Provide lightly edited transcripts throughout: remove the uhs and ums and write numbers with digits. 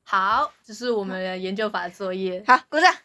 好，这是我们的研究法作业。 好，鼓掌。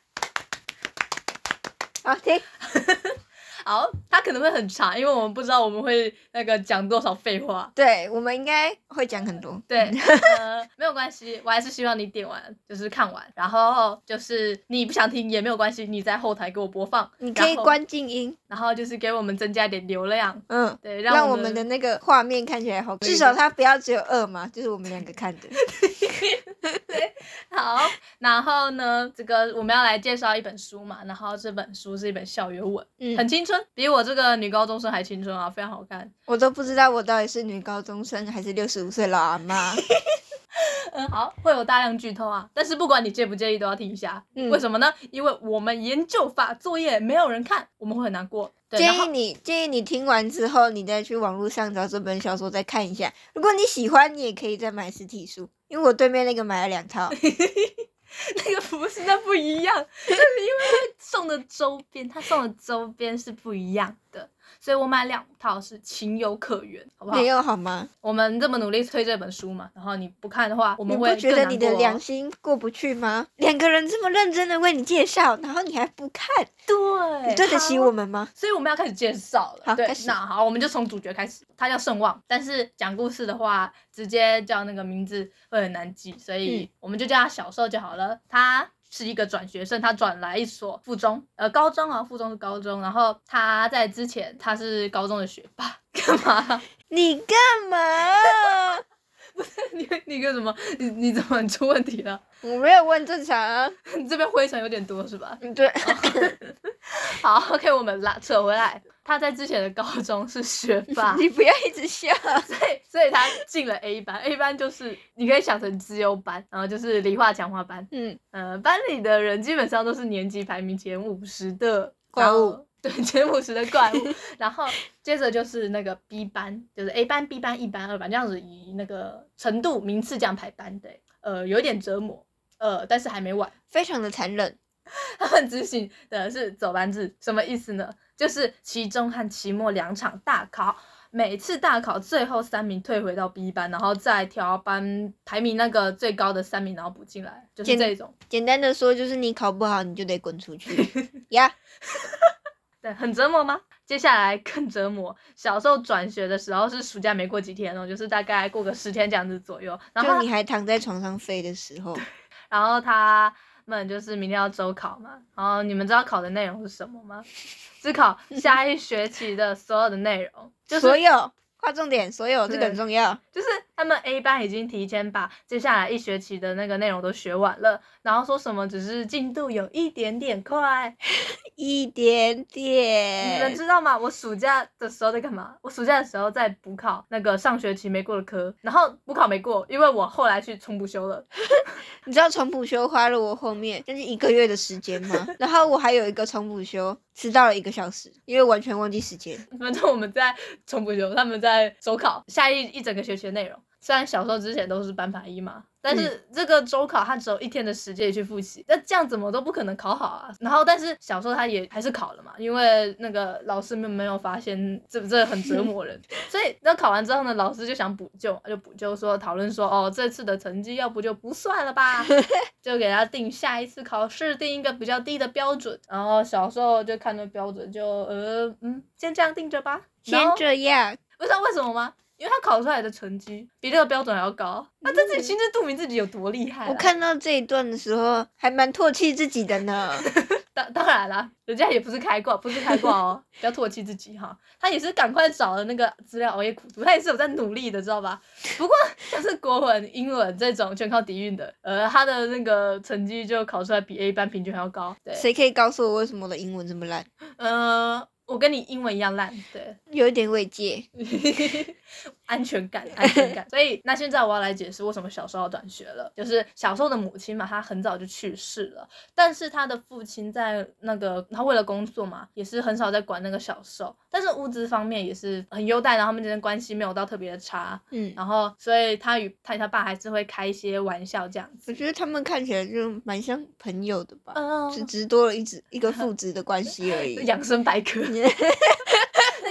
好，停。 好，它可能会很长，因为我们不知道我们会讲多少废话。 对，我们应该会讲很多。 对，没有关系，我还是希望你点完，就是看完，然后就是你不想听也没有关系，你在后台给我播放， 你可以关静音， 然后就是给我们增加一点流量。对， 让我们的那个画面看起来好，至少它不要只有2嘛，就是我们2个看的。 对，好，然后呢，这个我们要来介绍一本书嘛，然后这本书是一本校园文，很青春，比我这个女高中生还青春啊，非常好看。 我都不知道我到底是女高中生还是65岁老阿妈。 好，会有大量剧透啊，但是不管你介不介意都要听一下。为什么呢？因为我们研究法作业没有人看，我们会很难过。 建议你听完之后，你再去网络上找这本小说再看一下。如果你喜欢，你也可以再买实体书，因为我对面那个买了2套。 那个不是，那不一样，那是因为他送的周边是不一样的，所以我买2套是情有可原，好不好？ 没有好吗？ 我们这么努力推这本书嘛，然后你不看的话，我们会你不觉得你的良心过不去吗？2个人这么认真的为你介绍，然后你还不看， 对， 你对得起我们吗？ 所以我们要开始介绍了。 好， 对， 开始。 那好，我们就从主角开始，他叫盛望，但是讲故事的话，直接叫那个名字会很难记，所以我们就叫他小受就好了。他是一个转学生，他转来一所附中，高中啊，附中是高中，然后他在之前他是高中的学霸，干嘛？ 你干嘛？ 不是你干什么？你怎么出问题了？ 我没有问正常啊。 你这边灰尘有点多是吧？ 对。 好 ，OK， 我们扯回来。他在之前的高中是学霸， 你不要一直笑。 所以他进了 A 班，A 班就是你可以想成资优班，然后就是理化强化班。班里的人基本上都是年级排名前50的怪物， 对，前50的怪物。然后接着就是那个 B 班，就是 A 班、B 班、1班、2班这样子以那个程度名次这样排班的，有点折磨，但是还没完， 非常的残忍。 他们执行的是走班制，什么意思呢？就是期中和期末2场大考，每次大考最后3名退回到 B 班，然后再调班排名那个最高的3名，然后补进来，就是这种。 简单的说，就是你考不好，你就得滚出去呀。 对，很折磨吗？接下来更折磨。小时候转学的时候是暑假没过几天哦，就是大概过个10天这样子左右。然后就你还躺在床上飞的时候。 然后他们就是明天要周考嘛，然后你们知道考的内容是什么吗？是考下一学期的所有的内容，就是所有，划重点，所有这个很重要。 就是他们 A 班已经提前把接下来1学期的那个内容都学完了，然后说什么只是进度有一点点快， 一点点。 你们知道吗？我暑假的时候在干嘛？我暑假的时候在补考那个上学期没过的科，然后补考没过，因为我后来去重补修了。 你知道重补修花了我后面将近1个月的时间吗？然后我还有一个重补修迟到了1个小时，因为完全忘记时间。 反正我们在重补修，他们在周考下一整个学期的内容。虽然小时候之前都是班排1嘛，但是这个周考他只有1天的时间去复习，那这样怎么都不可能考好啊。然后但是小时候他也还是考了嘛，因为那个老师没有发现这很折磨人，所以那考完之后呢，老师就想补救，说讨论说哦，这次的成绩要不就不算了吧，就给他定下一次考试定一个比较低的标准。然后小时候就看那标准就先这样定着吧， 先这样。 不知道为什么吗？因为他考出来的成绩比这个标准还要高，他在自己心知肚明自己有多厉害。 我看到这一段的时候，还蛮唾弃自己的呢。 当然啦，人家也不是开挂哦，不要唾弃自己哈。他也是赶快找了那个资料，熬夜苦读，他也是有在努力的，知道吧？不过像是国文、英文这种全靠底蕴的，他的那个成绩就考出来比 A 班平均还要高。对， 谁可以告诉我为什么我的英文这么烂？ 我跟你英文一样烂，对， 有一点慰藉。 安全感。所以那现在我要来解释为什么小时候要转学了。就是小时候的母亲嘛，她很早就去世了，但是她的父亲在那个他为了工作嘛，也是很少在管那个小受，但是物资方面也是很优待，然后他们之间关系没有到特别的差。然后所以他与他爸还是会开一些玩笑这样子。 我觉得他们看起来就蛮像朋友的吧，只多了一个父子的关系而已。 养生百科。那个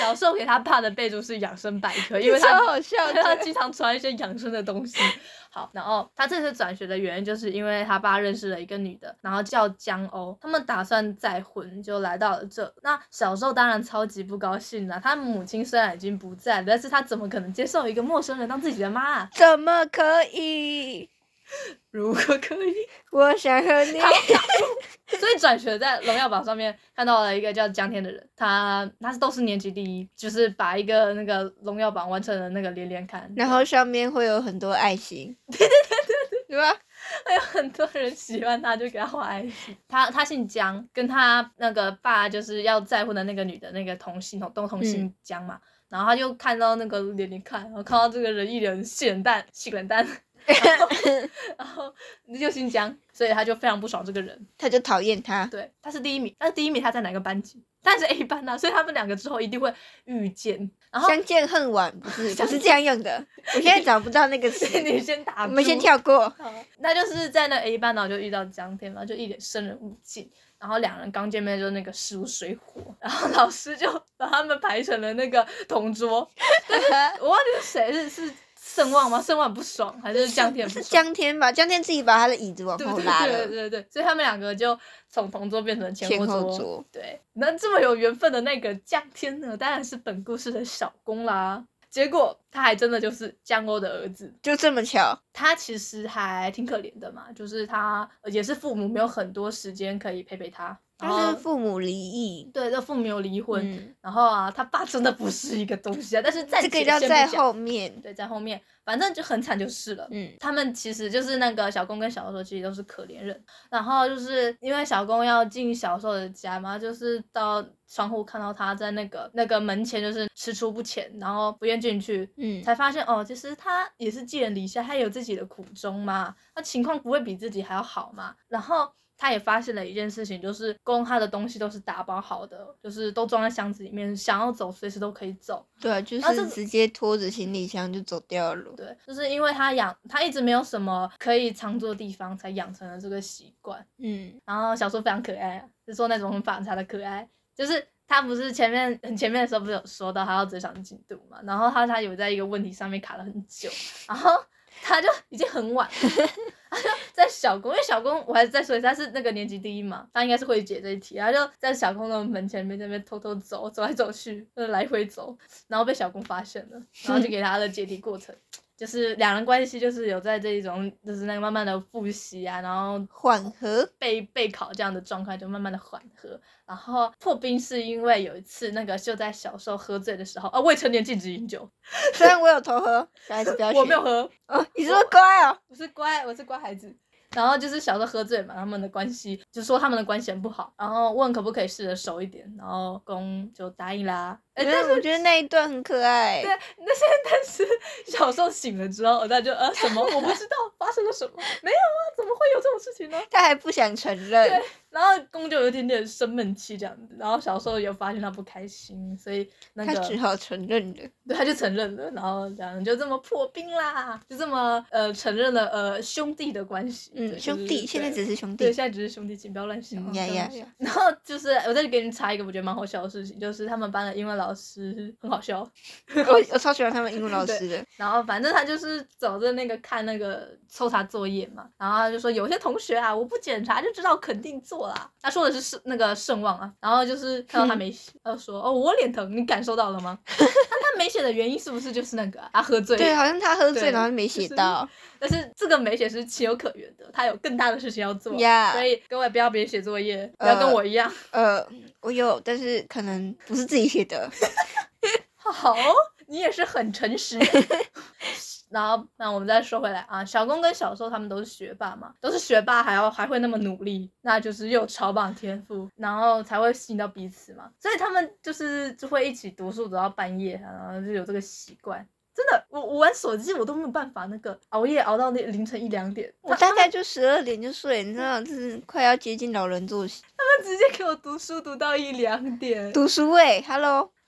小时候给他爸的备注是养生百科，因为超他好笑他的。 经常传一些养生的东西。好，然后他这次转学的原因就是因为他爸认识了一个女的，然后叫江欧，他们打算再婚，就来到了这。那小时候当然超级不高兴啦，他母亲虽然已经不在了，但是他怎么可能接受一个陌生人当自己的妈啊？ 怎么可以？ 如果可以， 我想和你。 所以转学在荣耀榜上面看到了一个叫江天的人，他都是年级第一，就是把一个那个荣耀榜完成了那个连连看， 然后上面会有很多爱心。对吧？ 会有很多人喜欢他，就给他画爱心。他姓江，跟他那个爸就是要再婚的那个女的那个同姓江嘛。然后他就看到那个连连看，然后看到这个人一脸性冷淡，然后就姓江，所以他就非常不爽这个人。 他就讨厌他。 对，他是第一名，但是第一名他在哪个班级？他是 A 班啊，所以他们两个之后一定会遇见。然后相见恨晚不是这样用的，我现在找不到那个词。 你先打， 我们先跳过。 好，那就是在那 A 班，然后就遇到江天嘛，就一脸生人勿近。然后两人刚见面就那个势如水火，然后老师就把他们排成了那个同桌。但是我忘记是谁，是盛旺吗？盛旺不爽，还是江天不爽？ 是江天吧？江天自己把他的椅子往后拉了。 对，所以他们两个就从同桌变成了前后桌。 对，那这么有缘分的那个江天呢，当然是本故事的小公啦。结果他还真的就是江欧的儿子， 就这么巧。 他其实还挺可怜的嘛，就是他也是父母没有很多时间可以陪他， 但是父母离异。 对，这父母有离婚。然后啊，他爸真的不是一个东西啊，但是这个要在后面。 对，在后面，反正就很惨就是了。他们其实就是那个小公跟小受其实都是可怜人，然后就是因为小公要进小受的家嘛，就是到窗户看到他在那个门前就是踟蹰不前，然后不愿进去，才发现哦，其实他也是寄人篱下，他有自己的苦衷嘛，那情况不会比自己还要好嘛。然后他也发现了一件事情，就是公他的东西都是打包好的，就是都装在箱子里面，想要走随时都可以走。 对，就是直接拖着行李箱就走掉了。 对，就是因为他一直没有什么可以常住的地方，才养成了这个习惯。然后小说非常可爱啊，是说那种很反差的可爱，就是他不是很前面的时候不是有说到他要追上进度嘛，然后他有在一个问题上面卡了很久，然后他就已经很晚了，他就在小公，因为小公我还是再说一次，他是那个年级第一嘛，他应该是会解这一题，他就在小公的门前面在那边偷偷走来走去，来回走，然后被小公发现了，然后就给他的解题过程。就是两人关系就是有在这一种就是那个慢慢的复习啊，然后缓和备考这样的状态就慢慢的缓和。然后破冰是因为有一次那个就在小时候喝醉的时候，未成年禁止饮酒。 虽然我有偷喝，小孩子不要学。 我没有喝。 哦，你说乖哦？ 我是乖孩子。然后就是小时候喝醉嘛，他们的关系就说他们的关系很不好，然后问可不可以试着熟一点，然后公就答应啦。 但是我觉得那一段很可爱。 对，但是小时候醒了之后，他就什么我不知道发生了什么，没有啊，怎么会有这种事情呢？ 他还不想承认。 对，然后公就有一点点生闷气这样子，然后小时候有发现他不开心，所以他只好承认了。 对，他就承认了，然后这样就这么破冰啦，就这么承认了兄弟的关系。 兄弟，现在只是兄弟。 对，现在只是兄弟，请不要乱想。然后就是我再给你们插一个我觉得蛮好笑的事情，就是他们班的英文老师很好笑。 我超喜欢他们英文老师的。 然后反正他就是走着那个看那个抽查作业嘛，然后他就说有些同学啊，我不检查就知道肯定做啦。他说的是那个盛旺啊，然后就是看到他没写，他就说哦我脸疼，你感受到了吗？他没写的原因是不是就是那个他喝醉？ 对，好像他喝醉然后没写到。 但是这个没写是情有可原的，他有更大的事情要做，所以各位不要别写作业，不要跟我一样。 我有，但是可能不是自己写的。 好，你也是很诚实。然后，那我们再说回来啊，小公跟小受他们都是学霸嘛，都是学霸还会那么努力，那就是又有超棒天赋，然后才会吸引到彼此嘛，所以他们就会一起读书读到半夜，然后就有这个习惯。真的，我玩手机我都没有办法那个熬夜熬到那凌晨1-2点， 我大概就12点就睡，你知道，就是快要接近老人作息。 他们直接给我读书读到1-2点。 读书Hello。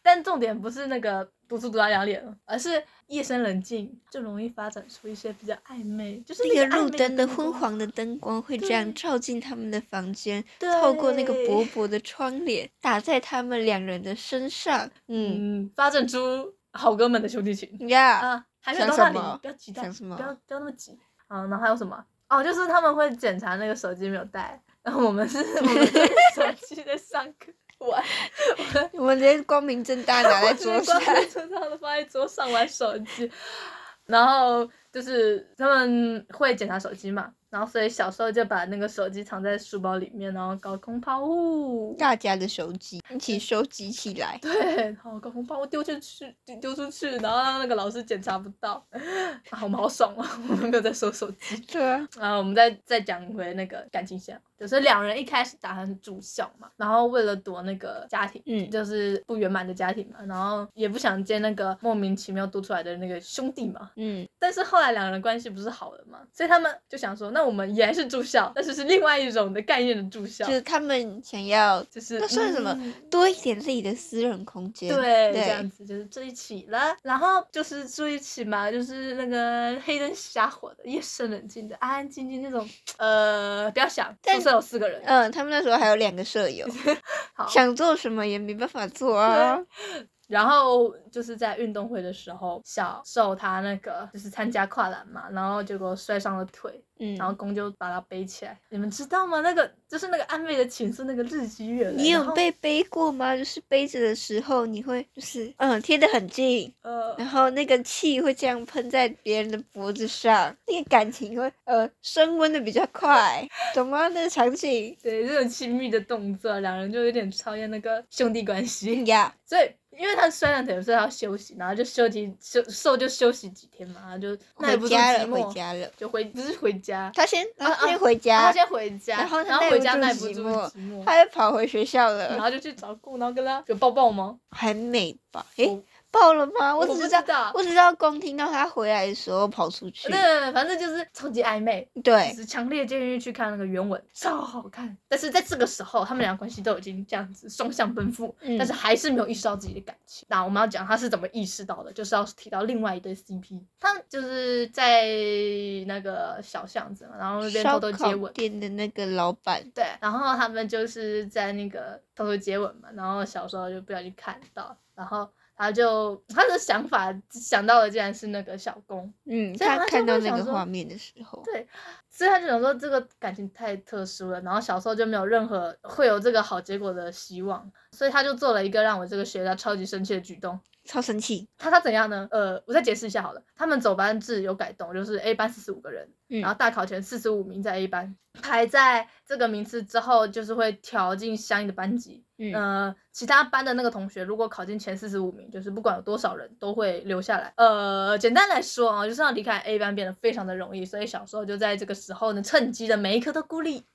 但重点不是那个独处独当两脸，而是夜深人静就容易发展出一些比较暧昧，就是那个暧昧路灯的光昏黄的灯光会这样对照进他们的房间， 对透过那个薄薄的窗帘打在他们两人的身上。 发展出好哥们的兄弟情呀， 啊，还没有想到那里， 什么不要急到， 想什么不要那么急啊。然后还有什么？哦，就是他们会检查那个手机没有带，然后我们就是手机在上课玩， 我们直接光明正大拿在桌上。 光明正大的放在桌上玩手机，然后就是他们会检查手机嘛，然后所以小时候就把那个手机藏在书包里面，然后搞空抛物。 大家的手机一起收集起来。 对，然后搞空抛物丢出去，然后让那个老师检查不到。啊，我们好爽啊！我们没有在收手机。 对啊， 然后我们再讲回那个感情线，就是两人一开始打算住校嘛，然后为了躲那个家庭，就是不圆满的家庭嘛，然后也不想见那个莫名其妙多出来的那个兄弟嘛，但是后来两人关系不是好了嘛，所以他们就想说，那我们也还是住校，但是是另外一种的概念的住校， 就是他们想要， 就是那算什么？多一点自己的私人空间。 对，这样子就是住一起了，然后就是住一起嘛，就是那个黑灯瞎火的，夜深人静的，安安静静那种，不要想，宿舍有4个人， 他们那时候还有2个舍友， 好， 想做什么也没办法做啊。 然后就是在运动会的时候，小受他那个就是参加跨栏嘛，然后结果摔伤了腿，然后公就把他背起来。你们知道吗？那个就是那个暧昧的情愫，那个日积月累。 你有被背过吗？就是背着的时候，你会就是贴得很近，然后那个气会这样喷在别人的脖子上，那个感情会升温的比较快，懂吗？那个场景。 对，这种亲密的动作，两人就有点超越那个兄弟关系呀。 所以因为他摔烂腿，所以他要休息，然后就休息几天嘛，然后就那也不是寂寞， 回家了， 就不是回家， 他先回家， 他先回家， 然后回家耐不住寂寞， 寞， 他就跑回学校了， 然后就去找顾，然后跟他有抱抱吗？ 还没吧？爆了吗？我只知道光听到他回来的时候跑出去。 对，反正就是超级暧昧。 对， 就是强烈建议去看那个原文，超好看。但是在这个时候，他们俩关系都已经这样子双向奔赴，但是还是没有意识到自己的感情。那我们要讲他是怎么意识到的，就是要提到另外一对 CP， 他们就是在那个小巷子嘛，然后那边偷偷接吻。 店的那个老板。 对，然后他们就是在那个偷偷接吻嘛，然后小时候就不小心看到，然后。他的想法想到的竟然是那个小公， 他看到那个画面的时候， 对，所以他就想说这个感情太特殊了，然后小时候就没有任何会有这个好结果的希望，所以他就做了一个让我这个学校超级生气的举动。 超生气。 他怎样呢？我再解释一下好了。他们走班制有改动，就是 A 班45个人，然后大考前45名在 A 班，排在这个名次之后，就是会调进相应的班级。其他班的那个同学如果考进前45名，就是不管有多少人都会留下来。简单来说啊，就是让离开 A 班变得非常的容易，所以小时候就在这个时候呢，趁机的每一科都故意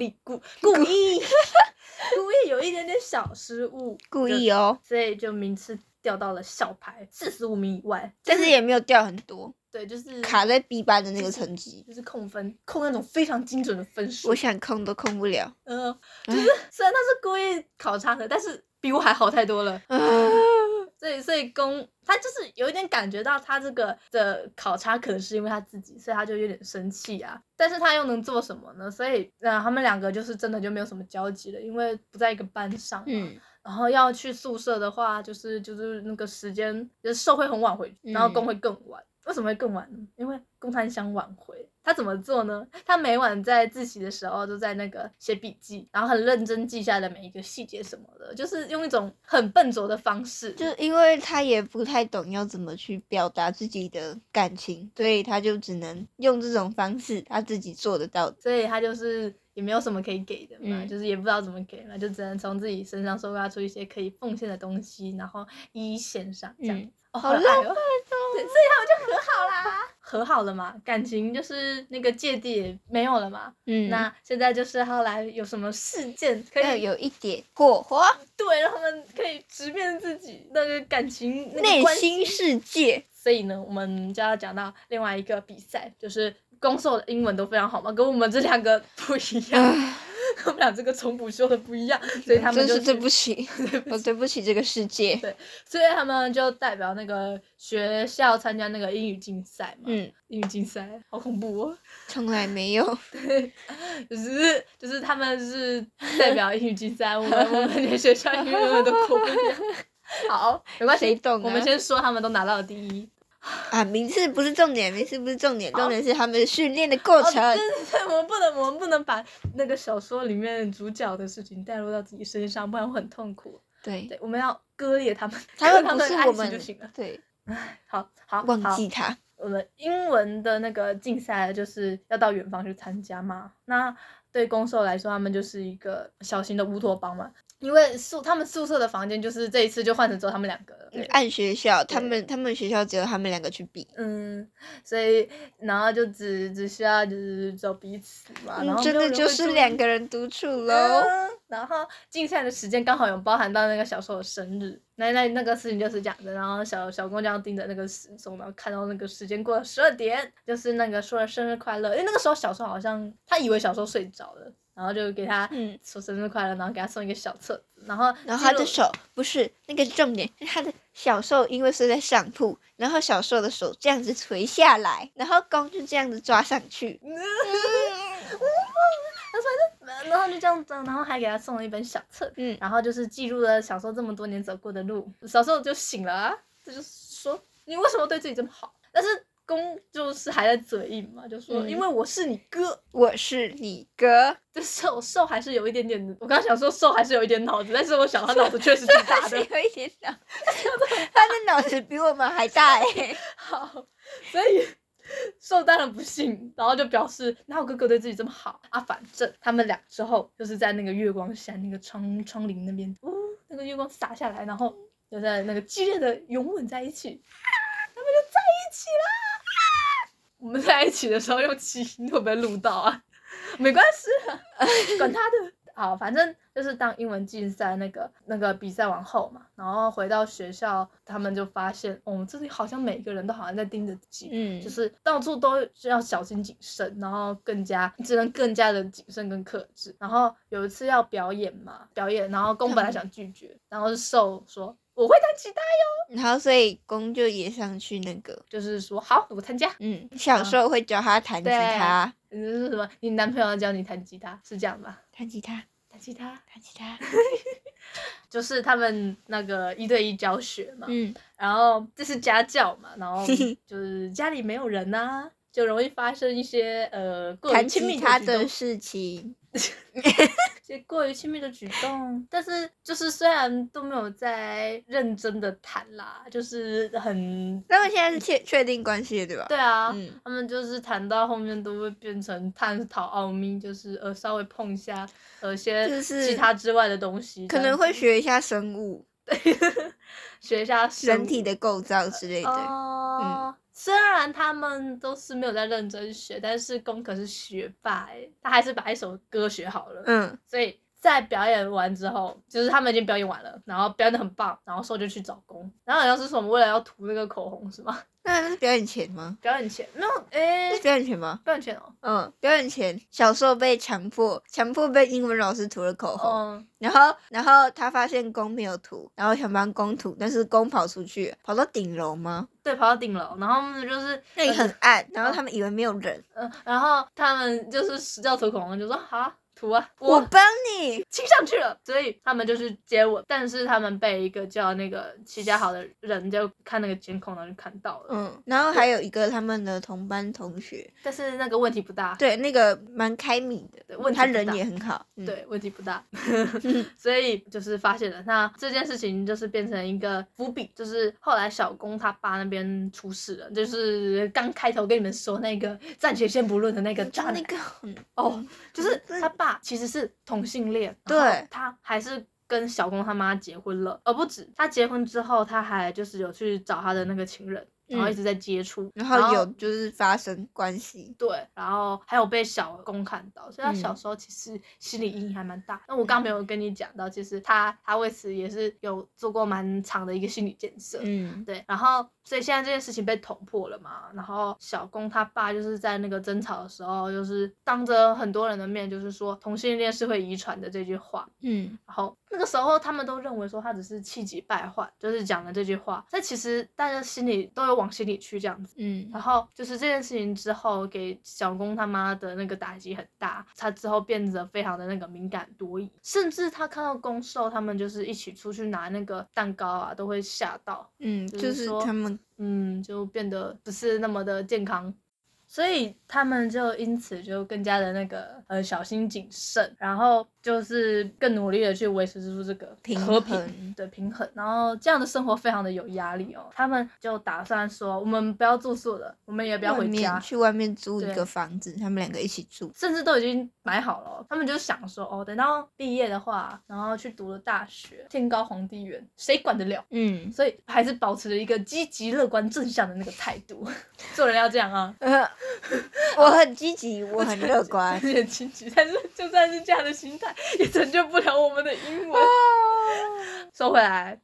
有一点点小失误， 故意哦， 所以就名次掉到了校排45名以外， 但是也没有掉很多。 对，就是卡在 B 班的那个成绩， 就是控那种非常精准的分数。 我想控都控不了。 就是虽然他是故意考差的，但是比我还好太多了。所以他就是有一点感觉到他这个的考差可能是因为他自己，所以他就有点生气啊。但是他又能做什么呢？所以他们两个就是真的就没有什么交集了，因为不在一个班上嘛。然后要去宿舍的话，就是那个时间，就是受会很晚回去，然后公会更晚。为什么会更晚呢？因为公摊想挽回。他怎么做呢？他每晚在自习的时候都在那个写笔记，然后很认真记下的每一个细节什么的，就是用一种很笨拙的方式。 就因为他也不太懂要怎么去表达自己的感情，所以他就只能用这种方式，他自己做得到。 所以他就是也没有什么可以给的嘛，就是也不知道怎么给嘛，就只能从自己身上收刮出一些可以奉献的东西，然后一一献上这样。 好浪漫哦！ 对，所以他们就和好啦，和好了嘛，感情就是那个芥蒂也没有了嘛。那现在就是后来有什么事件可以有一点火花， 对，让他们可以直面自己那个感情内心世界。 所以呢，我们就要讲到另外一个比赛，就是攻受的英文都非常好嘛，跟我们这2个不一样。 他们俩这个重补修的不一样，所以他们真是对不起，我对不起这个世界。 对，所以他们就代表那个学校参加那个英语竞赛嘛。英语竞赛好恐怖哦。 从来没有。 对，就是他们是代表英语竞赛，我们连学校英语都过不了。好，没关系， 谁懂啊？ 我们先说他们都拿到了第1。 名次不是重点，重点是他们训练的过程。 对，我们不能把那个小说里面主角的事情带入到自己身上，不然会很痛苦。 对， 我们要割裂他们， 他们不是我们就行了。 对， 好， 忘记他。 我们英文的那个竞赛就是要到远方去参加嘛，那对攻受来说，他们就是一个小型的乌托邦嘛。因为他们宿舍的房间就是这一次就换成只有他们2个了。 按学校，他们学校只有他们2个去比。 所以然后就只需要就是走彼此嘛。然后真的就是2个人独处咯。 然后竞赛的时间刚好有包含到那个小受的生日，那个事情就是这样的。然后小公这样盯着那个时钟，然后看到那个时间过了12点，就是那个说了生日快乐。因为那个时候小受好像他以为小受睡着了。然后就给他说生日快乐，然后给他送一个小册子，然后他的手不是那个重点，是他的小受因为睡在上铺，然后小受的手这样子垂下来，然后公就这样子抓上去， 然后就这样子，然后还给他送了一本小册，然后就是记录了小受这么多年走过的路。小受就醒了啊，这就是说你为什么对自己这么好？但是公就是还在嘴硬嘛，就说因为我是你哥， 我是你哥。 这受还是有一点点的，我刚想说受还是有一点脑子，但是我想他脑子确实挺大的， 有一点脑，他的脑子比我们还大欸。 好，所以受当然不信，然后就表示哪有哥哥对自己这么好啊？反正他们俩之后就是在那个月光下那个窗棂那边，那个月光洒下来，然后就在那个激烈的拥吻在一起，他们就在一起啦。我们在一起的时候用气音会不会录到啊？没关系啊，管他的。好，反正就是当英文竞赛那个比赛完后嘛，然后回到学校，他们就发现，这里好像每个人都好像在盯着自己，就是到处都要小心谨慎，然后只能更加的谨慎跟克制。然后有一次要表演，然后公本来想拒绝，然后是受说我会弹吉他哟， 然后所以公就也上去那个， 就是说好，我参加。 小受会教他弹吉他。 是什么？你男朋友要教你弹吉他，是这样吧？ 弹吉他。 就是他们那个1对1教学嘛，然後这是家教嘛，然后就是家里没有人啊，就容易发生一些过于亲密的事情。 过于亲密的举动，但是就是虽然都没有在认真的谈啦，就是很他们现在是确定关系了对吧？ 对啊，他们就是谈到后面都会变成探讨奥秘，就是稍微碰一下一些其他之外的东西， 可能会学一下生物， 对，学一下人体的构造之类的。 虽然他们都是没有在认真学，但是公可是学霸他还是把一首歌学好了。所以在表演完之后，就是他们已经表演完了，然后表演得很棒，然后受就去找公，然后好像是什么为了要涂那个口红是吗？ 那是表演前吗？ 表演前没有， 是表演前吗？ 表演前哦。 表演前，小受被强迫被英文老师涂了口红，然后他发现公没有涂，然后想帮公涂，但是公跑出去，跑到顶楼吗？ 对，跑到顶楼，然后他们就是那里很暗，然后他们以为没有人， 然后他们就是要涂口红，就说好。涂啊！ 我帮你亲上去了，所以他们就是接吻，但是他们被一个叫那个齐家豪的人就看那个监控，然后就看到了。 然后还有一个他们的同班同学， 但是那个问题不大。 对，那个蛮开明的，他人也很好。 对，问题不大。所以就是发现了，那这件事情就是变成一个伏笔，就是后来小公他爸那边出事了，就是刚开头跟你们说那个暂且先不论的那个渣男，就是他爸其实是同性恋， 对， 他还是跟小公他妈结婚了，而不止他结婚之后，他还就是有去找他的那个情人，然后一直在接触， 然后有就是发生关系， 对，然后还有被小公看到，所以他小时候其实心理阴影还蛮大。那我刚没有跟你讲到，其实他为此也是有做过蛮长的一个心理建设，对，然后所以现在这件事情被捅破了嘛，然后小公他爸就是在那个争吵的时候，就是当着很多人的面，就是说同性恋是会遗传的这句话。然后那个时候他们都认为说他只是气急败坏，就是讲了这句话，但其实大家心里都有往心里去这样子。然后就是这件事情之后给小公他妈的那个打击很大，他之后变得非常的那个敏感多疑，甚至他看到公受他们就是一起出去拿那个蛋糕啊，都会吓到。 就是他们就变得不是那么的健康。所以他们就因此就更加的那个小心谨慎，然后就是更努力的去维持住这个和平的平衡，然后这样的生活非常的有压力哦。他们就打算说，我们不要住宿了，我们也不要回家， 去外面租一个房子，他们两个一起住， 甚至都已经买好了。他们就想说，哦，等到毕业的话，然后去读了大学，天高皇帝远，谁管得了？所以还是保持了一个积极乐观正向的那个态度。做人要这样啊。 我很积极，我很乐观， 很积极，但是就算是这样的心态，也成就不了我们的英文。收回来。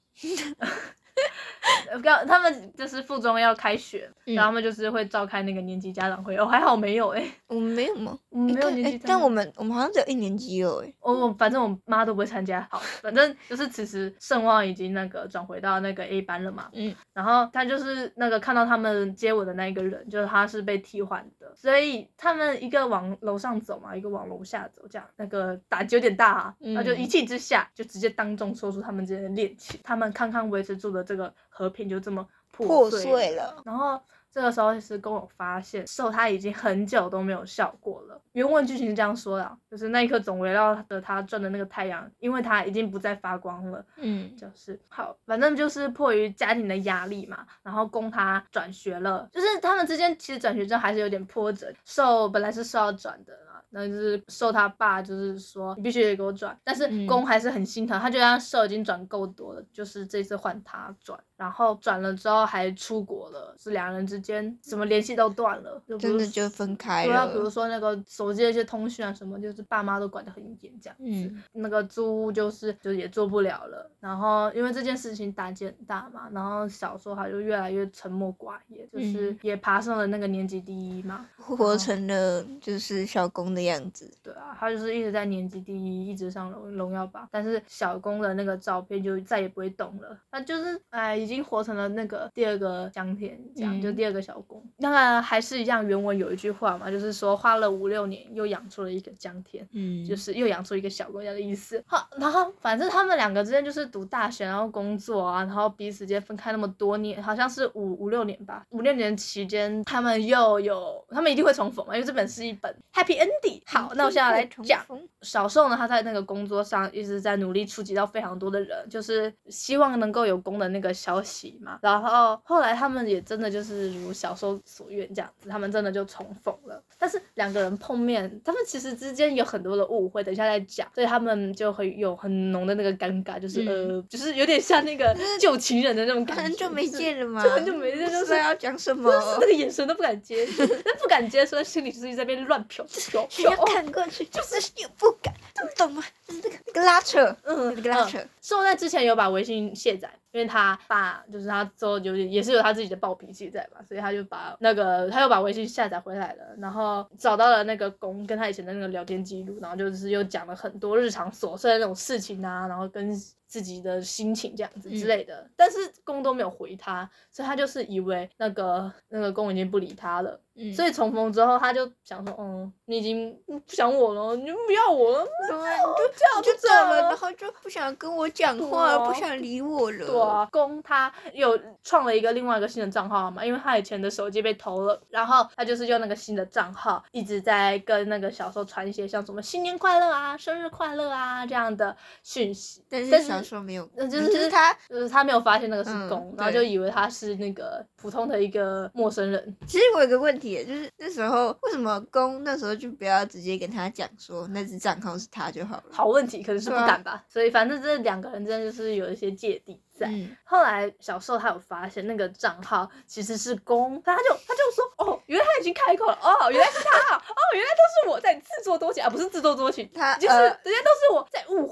他们就是附中要开学，然后他们就是会召开那个年级家长会。还好没有我们没有吗？ 我们没有年级家长会， 但我们好像只有1年级有反正我妈都不会参加。好，反正就是此时盛旺已经那个转回到那个 A 班了嘛。然后他就是那个看到他们接吻的那一个人，就是他是被替换的，所以他们一个往楼上走嘛，一个往楼下走，这样那个打击有点大啊。然后就一气之下就直接当众说出他们之间的恋情，他们康康维持住的这个和平就这么破碎了。然后这个时候其实跟我发现受他已经很久都没有笑过了。原文剧情是这样说的，就是那一刻总围绕着他转的那个太阳，因为他已经不再发光了。就是好，反正就是迫于家庭的压力嘛，然后供他转学了。就是他们之间其实转学之后还是有点波折，受本来是受要转的，那就是受他爸就是说你必须得给我转，但是公还是很心疼，他觉得他受已经转够多了，就是这次换他转，然后转了之后还出国了，是两人之间什么联系都断了， 真的就分开了。 对啊，比如说那个手机的一些通讯啊什么，就是爸妈都管得很严这样子。那个租屋就也做不了了，然后因为这件事情打击很大嘛，然后小时候他就越来越沉默寡言，就是也爬上了那个年级第一嘛， 活成了就是小公的样子。 对啊，他就是一直在年级第一，一直上荣耀榜，但是小公的那个照片就再也不会动了，他就是已经活成了那个第二个江田，这样就第二个小公。当然还是一样，原文有一句话嘛，就是说花了5-6年又养出了一个江田，就是又养出一个小公这样的意思。好，然后反正他们两个之间就是读大学，然后工作啊，然后彼此间分开那么多年，好像是5-6年吧，5-6年期间他们一定会重逢嘛，因为这本是一本 happy ending。好，那我现在来讲小受呢，他在那个工作上一直在努力触及到非常多的人，就是希望能够有公的那个消息嘛。然后后来他们也真的就是如小受所愿这样子，他们真的就重逢了。但是两个人碰面，他们其实之间有很多的误会，等一下再讲，所以他们就会有很浓的那个尴尬，就是就是有点像那个旧情人的那种感觉， 很久没见了嘛， 就很久没见，就是要讲什么， 就是那个眼神都不敢接，但不敢接，所以心里就是在那边乱瞟， 要看过去，就是又不敢，懂吗？就是那个拉扯，那个拉扯。 受在之前有把微信卸载，因为他爸就是他之后也是有他自己的暴脾气在吧，所以他又把微信下载回来了，然后找到了那个公跟他以前的那个聊天记录，然后就是又讲了很多日常琐碎的那种事情啊，然后跟自己的心情这样子之类的，但是公都没有回他，所以他就是以为那个公已经不理他了。所以重逢之后他就想说你已经不想我了，你就不要我了， 你就走了，然后就不想跟我讲话了，不想理我了。 对啊，公他有创了另外一个新的账号嘛，因为他以前的手机被偷了，然后他就是用那个新的账号一直在跟那个小受传一些像什么新年快乐啊、生日快乐啊这样的讯息， 但是小受没有，就是他没有发现那个是公，然后就以为他是那个普通的一个陌生人。 其实我有个问题，就是那时候为什么公那时候就不要直接跟他讲说那只账号是他就好了？ 好问题，可能是不敢吧。所以反正这两个人真的就是有一些芥蒂在。后来小受他有发现那个账号其实是公，他就说原来他已经开口了，原来是他，原来都是我在自作多情啊，不是自作多情，就是人家都是我在误会，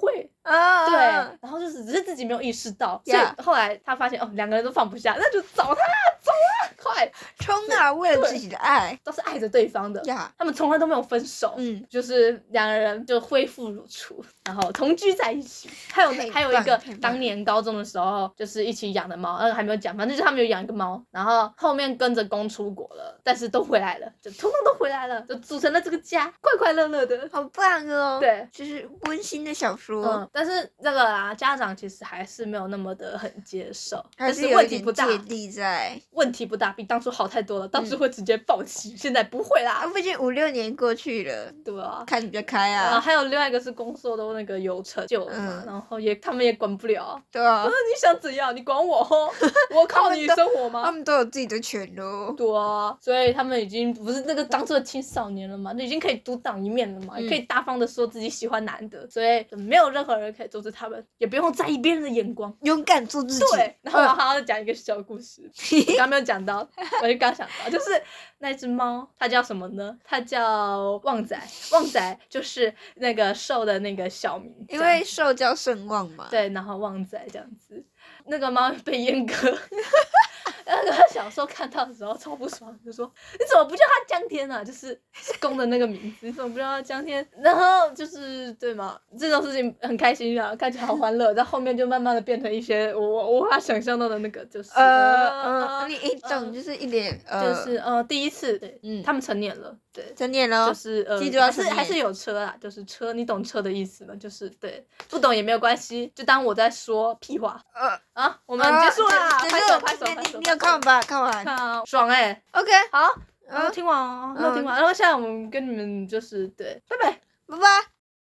啊， 对，然后只是自己没有意识到，所以后来他发现哦，两个人都放不下，那就找他，走啊，快冲啊！为了自己的爱， 都是爱着对方的，他们从来都没有分手，就是两个人就恢复如初，然后同居在一起。还有一个当年高中的时候就是一起养的猫，还没有讲，反正就是他们有养一个猫，然后后面跟着公出国了，但是都回来了，就通通都回来了，就组成了这个家，快快乐乐的， 好棒哦！ 对， 就是温馨的小说。 但是这个家长其实还是没有那么的很接受， 但是问题不大， 问题不大，比当初好太多了。当时会直接放弃，现在不会啦。 毕竟5-6年过去了， 对啊， 看比较开啊。 然后还有另外一个是公社都那个有成就了嘛，然后他们也管不了。 对啊， 你想怎样？你管我哦？我靠你生活吗？ 他们都有自己的权咯。 对啊，所以他们已经不是那个当初的青少年了嘛，已经可以独当一面了嘛，也可以大方的说自己喜欢男的，所以没有任何人可以阻止他们，也不用在意别人的眼光， 勇敢做自己。 对，然后我还要讲一个小故事，我刚没有讲到，我就刚想到，就是那只猫，它叫什么呢？它叫旺仔，旺仔就是那个兽的那个小名， 因为兽叫圣旺嘛。 对，然后旺仔这样子，那个猫被阉割。那个小时候看到的时候超不爽，就说你怎么不叫它江天啊？就是公的那个名字，你怎么不叫它江天？然后就是对嘛，这种事情很开心啊，看起来好欢乐，但后面就慢慢的变成一些我无法想象到的那个，就是你懂，就是一脸就是第一次，对，他们成年了，对， 成年了， 就是还是有车啦，就是车，你懂车的意思吗？就是对，不懂也没有关系，就当我在说屁话。我们结束啦，拍手拍手拍手。 你有看完吧？看完， 爽 OK， 好，然后听完哦，没有听完，然后现在我们跟你们就是对，拜拜， 拜拜。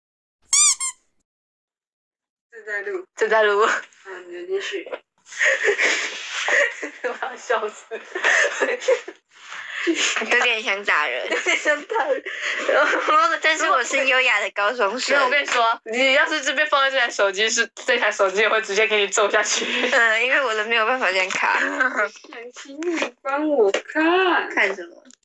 正在录， 你继续。 我要笑死。 有点想打人，但是我是优雅的高中生。 我跟你说，你要是这边放在这台手机，这台手机也会直接给你揍下去。 因为我的没有办法这样卡。 想请你帮我看。 看什么？